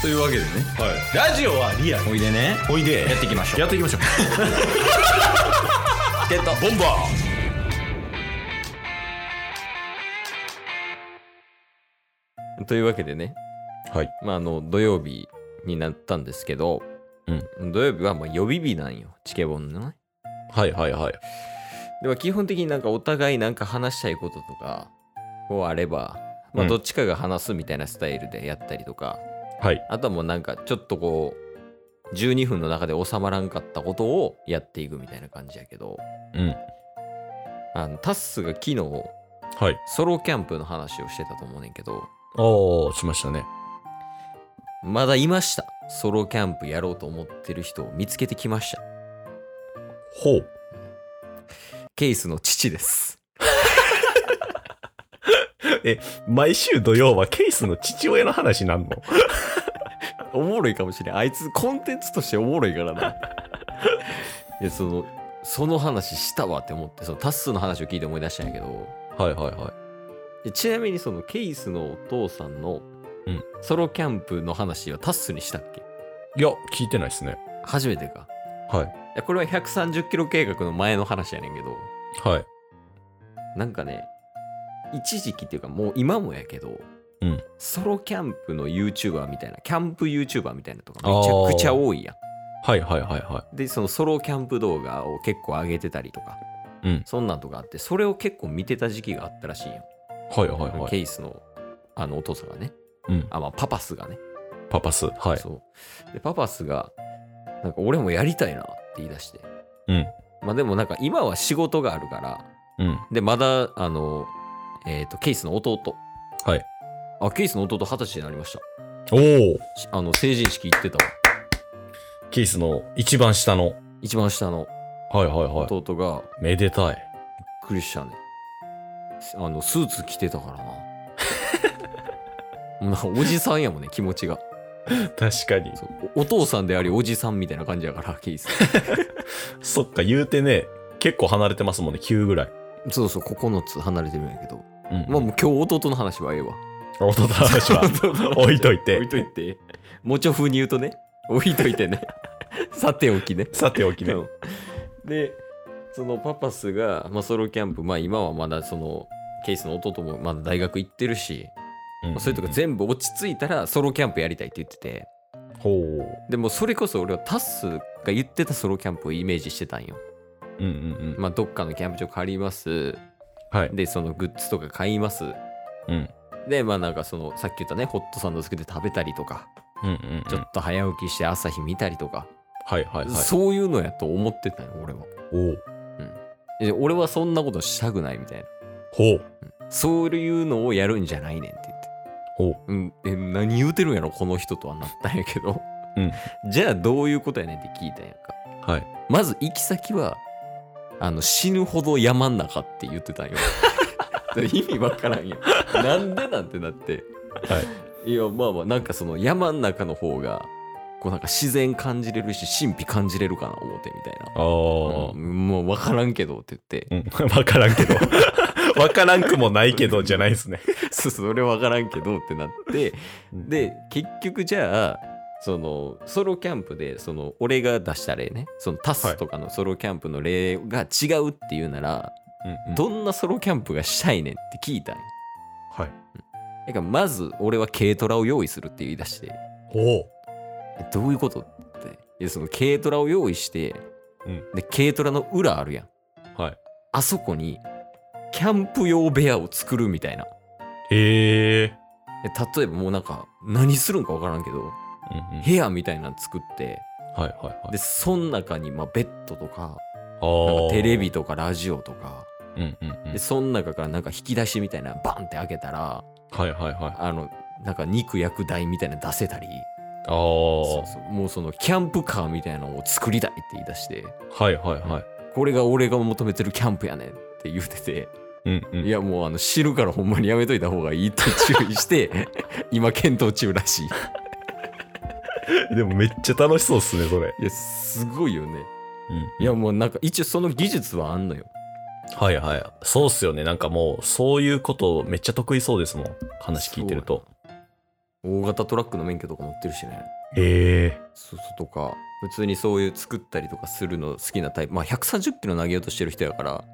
というわけでね、 はい、ラジオはリアル。 おいでね、 おいでやっていきましょう。 やっていきましょうゲットボンバーというわけでね、 はい、 土曜日になったんですけど、土曜日はもう予備日なんよ、チケボンのね。 はいはいはい。 では基本的になんかお互いなんか話したいこととかこうあれば、どっちかが話すみたいなスタイルでやったりとか、 はい、 あとはもうなんかちょっとこう12分の中で収まらんかったことをやっていくみたいな感じやけど、タッスが昨日はい、 ソロキャンプの話をしてたと思うねんけど、 しましたね。 まだいました。ソロキャンプやろうと思ってる人を見つけてきました。 ほう。 ケイスの父です。 毎週土曜はケイスの父親の話なんの？ おもろいかもしれん。あいつコンテンツとしておもろいからな。いや、その話したわって思って、そのタッスの話を聞いて思い出したんやけど、 はいはいはい。 ちなみにそのケイスのお父さんのソロキャンプの話はタッスにしたっけ？ いや、聞いてないですね。 初めてか。 はい。 いや、これは130キロ計画の前の話やねんけど、 はい。 なんかね、一時期っていうかもう今もやけど、ソロキャンプの YouTuber みたいな、キャンプ YouTuber みたいなとかめちゃくちゃ多いやん。 はいはいはいはで、そのソロキャンプ動画を結構上げてたりとか、そんなんとかあって、それを結構見てた時期があったらしいよ。 はいはいはい。 ケイスのお父さんがね、パパスがね。 パパス、はい。 そう。で、パパスが、なんか俺もやりたいなって言い出して。でもなんか今は仕事があるから、で、まだ、ケイスの弟。 はい。 ケイスの弟20歳になりました。成人式行ってたわ。 ケイスの一番下の。 はいはいはい。弟が。 めでたい。 びっくりしたね。スーツ着てたからな。もうなんかおじさんやもんね、気持ちが。 確かに。 お父さんでありおじさんみたいな感じやから、ケイス。 そっか、言うてね、結構離れてますもんね、9ぐらい。 そうそう、9つ離れてるんやけど。もう今日弟の話はええわ。 弟の話は置いといて。 置いといて。もちょ風に言うとね、置いといてね。さておきね。で、そのパパスが、ソロキャンプ、今はまだその、ケイスの弟もまだ大学行ってるし、それとか全部落ち着いたらソロキャンプやりたいって言ってて。でもそれこそ俺はタスが言ってたソロキャンプをイメージしてたんよ。どっかのキャンプ場借ります。 はい。 で、そのグッズとか買います。で、なんかその、さっき言ったね、ホットサンド作って食べたりとか、ちょっと早起きして朝日見たりとか、そういうのやと思ってたよ、俺は。俺はそんなことしたくないみたいな。そういうのをやるんじゃないねんって言って。何言うてるんやろ、この人とはなったんやけど。じゃあどういうことやねんって聞いたんやんか。まず行き先は、死ぬほど山ん中って言ってたんよ。意味わからんよ。なんでなんてなって。いや、なんかその山ん中の方が、こうなんか自然感じれるし、神秘感じれるかな、思ってみたいな。もうわからんけどって言って。 わからんけど。わからんくもないけどじゃないですね。 それわからんけどってなって、で、結局じゃあ、そのソロキャンプでその俺が出した例ね、そのタスとかのソロキャンプの例が違うっていうなら、どんなソロキャンプがしたいねんって聞いたんよ。だからまず俺は軽トラを用意するって言い出して、どういうことって、その軽トラを用意して、で軽トラの裏あるやん。あそこにキャンプ用部屋を作るみたいな。例えばもうなんか何するんか分からんけど、部屋みたいなの作って、でその中にベッドとか、なんかテレビとかラジオとか、でその中からなんか引き出しみたいなバンって開けたら、なんか肉焼く台みたいなの出せたり、もうそのキャンプカーみたいなのを作りたいって言い出して、これが俺が求めてるキャンプやねんって言うてて、いやもう知るからほんまにやめといた方がいいって注意して今検討中らしい。 でもめっちゃ楽しそうっすね、それ。 いやすごいよね。いやもうなんか一応その技術はあんのよ。 そうっすよね。なんかもうそういうことめっちゃ得意そうですもん、話聞いてると。 大型トラックの免許とか持ってるしね。 へえ。 そうとか普通にそういう作ったりとかするの好きなタイプ。まあ130キロ投げようとしてる人やから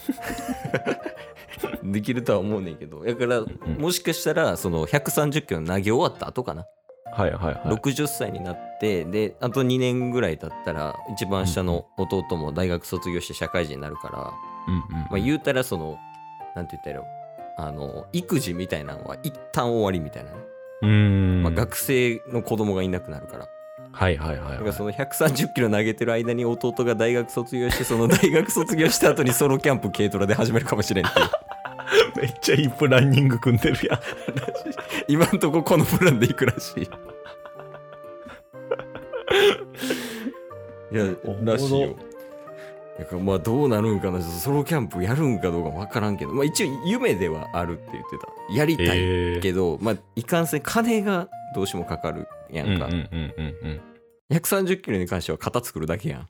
できるとは思うねんけど、だからもしかしたらその130キロ投げ終わった後かな、 はいはいはい。 60歳になってであと2年ぐらい経ったら一番下の弟も大学卒業して社会人になるから、まあ、言うたらそのなんて言ったら育児みたいなのは一旦終わりみたいなね。まあ、学生の子供がいなくなるから。 はいはいはい、はい。 だからその130キロ投げてる間に弟が大学卒業してその大学卒業した後にソロキャンプ軽トラで始めるかもしれんっていうめっちゃいいプランニング組んでるやん今んとここのプランでいくらしいいやらしいよ。だからまあどうなるんかな、ソロキャンプやるんかどうか分からんけど、まあ一応夢ではあるって言ってた。やりたいけど、まあいかんせん金がどうしてもかかるやんか。130キロに関しては型作るだけやん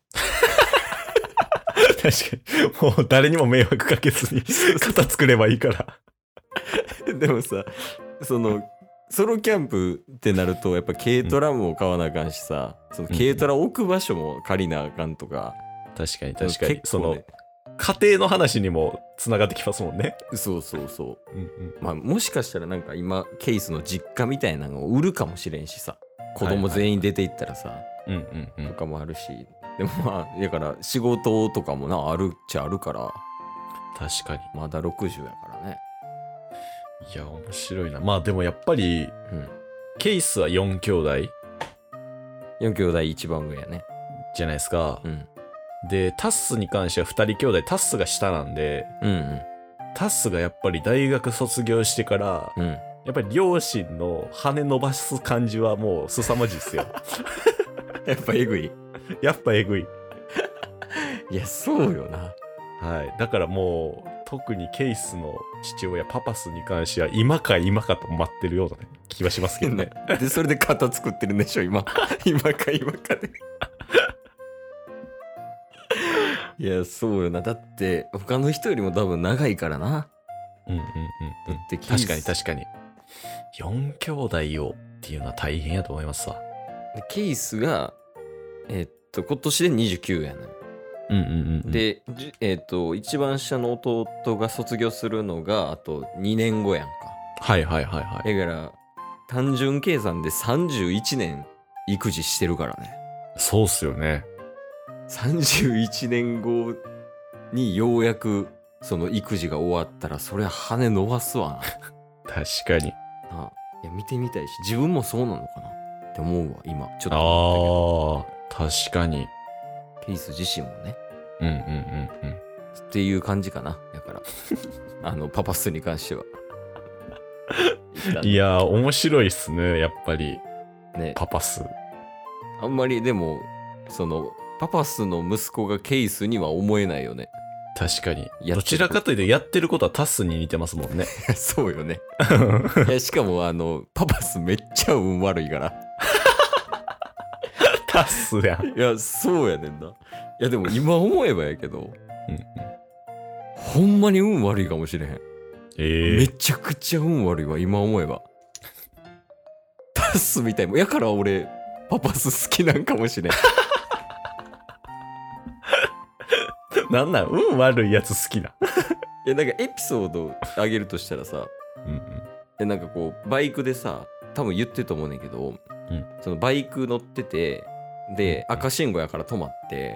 確かにもう誰にも迷惑かけずに型作ればいいからでもさ、そのソロキャンプってなるとやっぱ軽トラも買わなあかんしさ、その軽トラ置く場所も借りなあかんとか、 確かに確かに、 ね、 その家庭の話にもつながってきますもんね。 そうそうそう、まあもしかしたらなんか今ケースの実家みたいなのを売るかもしれんしさ、子供全員出ていったらさ、とかもあるし、でもまあだから仕事とかもなあるっちゃあるから、 確かにまだ60やからね。 いや面白いな。まあでもやっぱり、ケイスは4兄弟 4兄弟一番上やねじゃないですか。でタッスに関しては2人兄弟、タッスが下なんで、タッスがやっぱり大学卒業してから、やっぱり両親の羽伸ばす感じはもう凄まじいっすよやっぱえぐいやっぱえぐいいやそうよな。 はい、だからもう特にケイスの父親パパスに関しては今か今かと待ってるような、ね、気はしますけどねでそれで型作ってるんでしょ今今か今かでいやそうよな。だって他の人よりも多分長いからな。だって確かに確かに4兄弟をっていうのは大変やと思いますわ。 でケイスが今年で29やねん。で一番下の弟が卒業するのがあと2年後やんか。 はいはいはいはい。 だから単純計算で31年育児してるからね。 そうっすよね。 31年後にようやくその育児が終わったらそりゃ羽伸ばすわな確かに。 いや見てみたいし、自分もそうなのかなって思うわ今ちょっと。 確かにケイス自身もね。っていう感じかな。だからパパスに関しては。 いや面白いっすねやっぱりね。パパスあんまりでもそのパパスの息子がケイスには思えないよね。 確かにどちらかというとやってることはタスに似てますもんねそうよねいやしかもパパスめっちゃ運悪いからタスやん。 いやそうやねんな。いやでも今思えばやけどほんまに運悪いかもしれへん。めちゃくちゃ運悪いわ今思えばタスみたいもやから俺パパス好きなんかもしれんなんなん運悪いやつ好きな。 いやなんかエピソードあげるとしたらさ、なんかこうバイクでさ多分言ってると思うねんけど、そのバイク乗っててで赤信号やから止まって、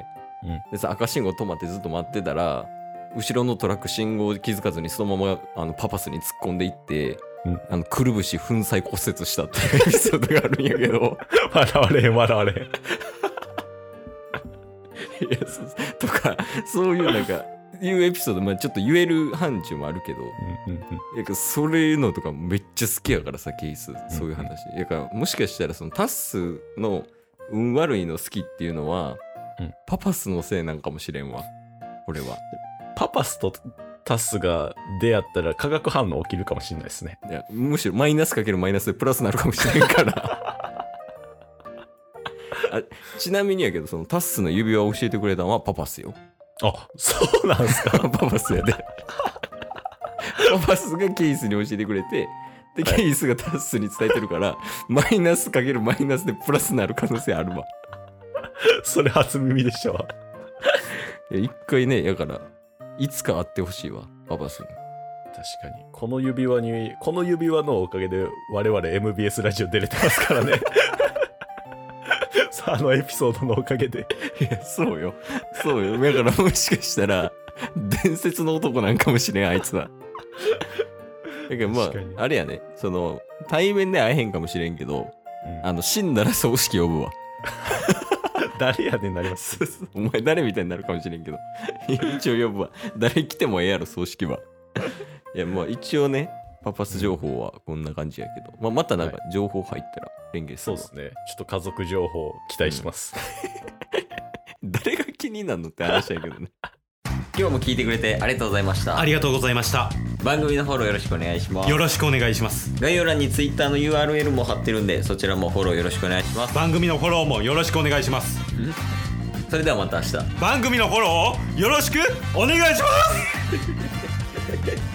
でさ赤信号止まってずっと待ってたら後ろのトラック信号気づかずにそのままパパスに突っ込んでいって、くるぶし粉砕骨折したっていうエピソードがあるんやけど笑われへん笑われへんいやとかそういうなんかいうエピソード、まあ、ちょっと言える範疇もあるけど、それのとかめっちゃ好きやからさケースそういう話、だからもしかしたらそのタッスの運悪いの好きっていうのは、パパスのせいなんかもしれんわ俺は。 パパスとタスが出会ったら化学反応起きるかもしれないですね。 いやむしろマイナスかけるマイナスでプラスになるかもしれんからちなみにやけどそのタッスの指輪を教えてくれたのはパパスよ。 あ、そうなんすかパパスやでパパスがケースに教えてくれて、 でケイスがタスに伝えてるから、マイナスかけるマイナスでプラスになる可能性あるわ。 それ初耳でしたわ。 いや一回ね、やからいつか会ってほしいわ、パパスに。 確かにこの指輪のおかげで我々 MBS ラジオ出れてますからね。あのエピソードのおかげで。 いや、そうよだからもしかしたら伝説の男なんかもしれん、あいつは。だからまああれやね、その対面で会えへんかもしれんけど、死んだら葬式呼ぶわ。 誰やねんなります。 お前誰みたいになるかもしれんけど、一応呼ぶわ。誰来てもええやろ、葬式は。いや、まあ一応ね、パパス情報はこんな感じやけど、まあ、またなんか情報入ったら連携するわ。 そうですね。ちょっと家族情報期待します。 誰が気になるのって話やけどね。今日も聞いてくれてありがとうございました。 ありがとうございました。 番組のフォローよろしくお願いします。 よろしくお願いします。 概要欄に Twitter の URL も貼ってるんで、そちらもフォローよろしくお願いします。 番組のフォローもよろしくお願いします。 それではまた明日。 番組のフォローをよろしくお願いします。